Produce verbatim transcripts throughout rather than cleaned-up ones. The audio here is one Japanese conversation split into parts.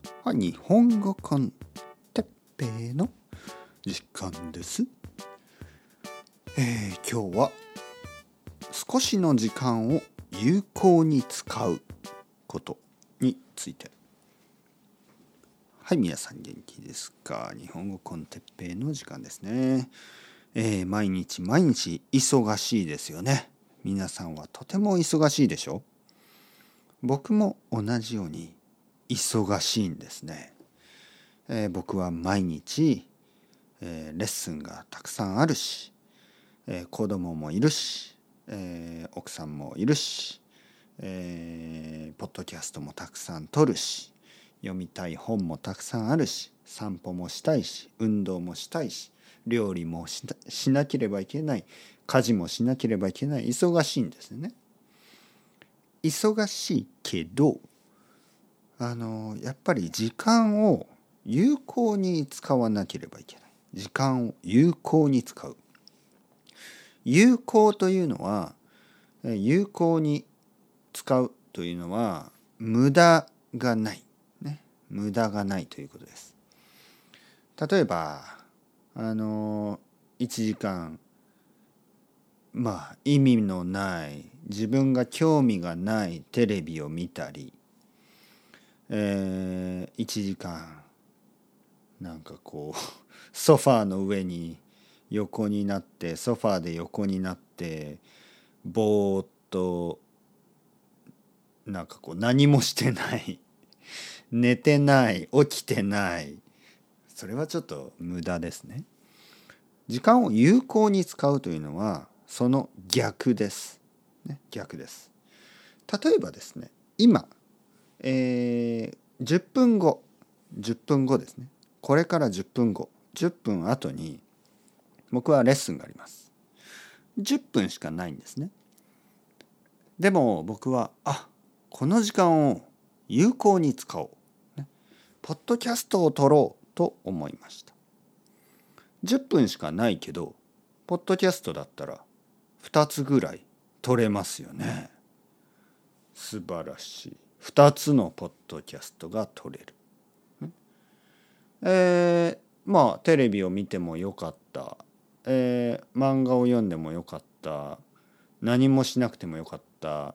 はい、日本語コンテッペイの時間です。えー、今日は少しの時間を有効に使うことについて。はい、皆さん元気ですか？日本語コンテッペイの時間ですね。えー、毎日毎日忙しいですよね。皆さんはとても忙しいでしょ？僕も同じように忙しいんですね。えー、僕は毎日、えー、レッスンがたくさんあるし、えー、子供もいるし、えー、奥さんもいるし、えー、ポッドキャストもたくさん撮るし、読みたい本もたくさんあるし、散歩もしたいし、運動もしたいし、料理も し, しなければいけない、家事もしなければいけない、忙しいんですね。忙しいけど、あのやっぱり時間を有効に使わなければいけない。時間を有効に使う。有効というのは、有効に使うというのは無駄がない、ね、無駄がないということです。例えばあのいちじかんまあ意味のない自分が興味がないテレビを見たり、えー、いちじかんなんかこうソファーの上に横になってソファーで横になってぼーっとなんかこう何もしてない寝てない起きてない、それはちょっと無駄ですね。時間を有効に使うというのはその逆です、ね、逆です。例えばですね、今、えー、じゅっぷんごじゅっぷんごですね。これからじゅっぷんごじゅっぷんごに僕はレッスンがあります。じゅっぷんしかないんですね。でも僕はあこの時間を有効に使おう、ね、ポッドキャストを撮ろうと思いました。じゅっぷんしかないけどポッドキャストだったらふたつぐらい撮れますよね。素晴らしい。ふたつのポッドキャストが撮れる。えー、まあテレビを見てもよかった、えー、漫画を読んでもよかった、何もしなくてもよかった、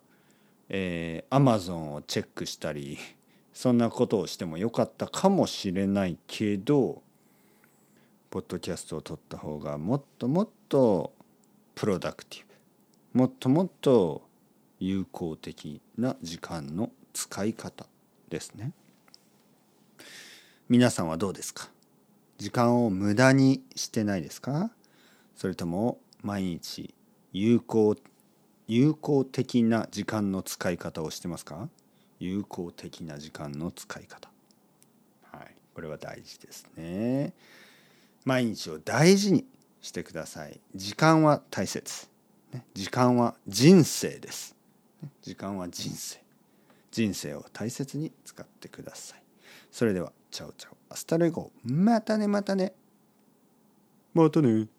えー、Amazon をチェックしたりそんなことをしてもよかったかもしれないけど、ポッドキャストを撮った方がもっともっとプロダクティブ、もっともっと有効的な時間の使い方ですね。皆さんはどうですか？時間を無駄にしてないですか？それとも毎日有効有効的な時間の使い方をしてますか？有効的な時間の使い方、はい、これは大事ですね。毎日を大事にしてください。時間は大切、ね、時間は人生です。時間は人生。人生を大切に使ってください。それではチャオチャオアスタレゴ、またねまたねまたね。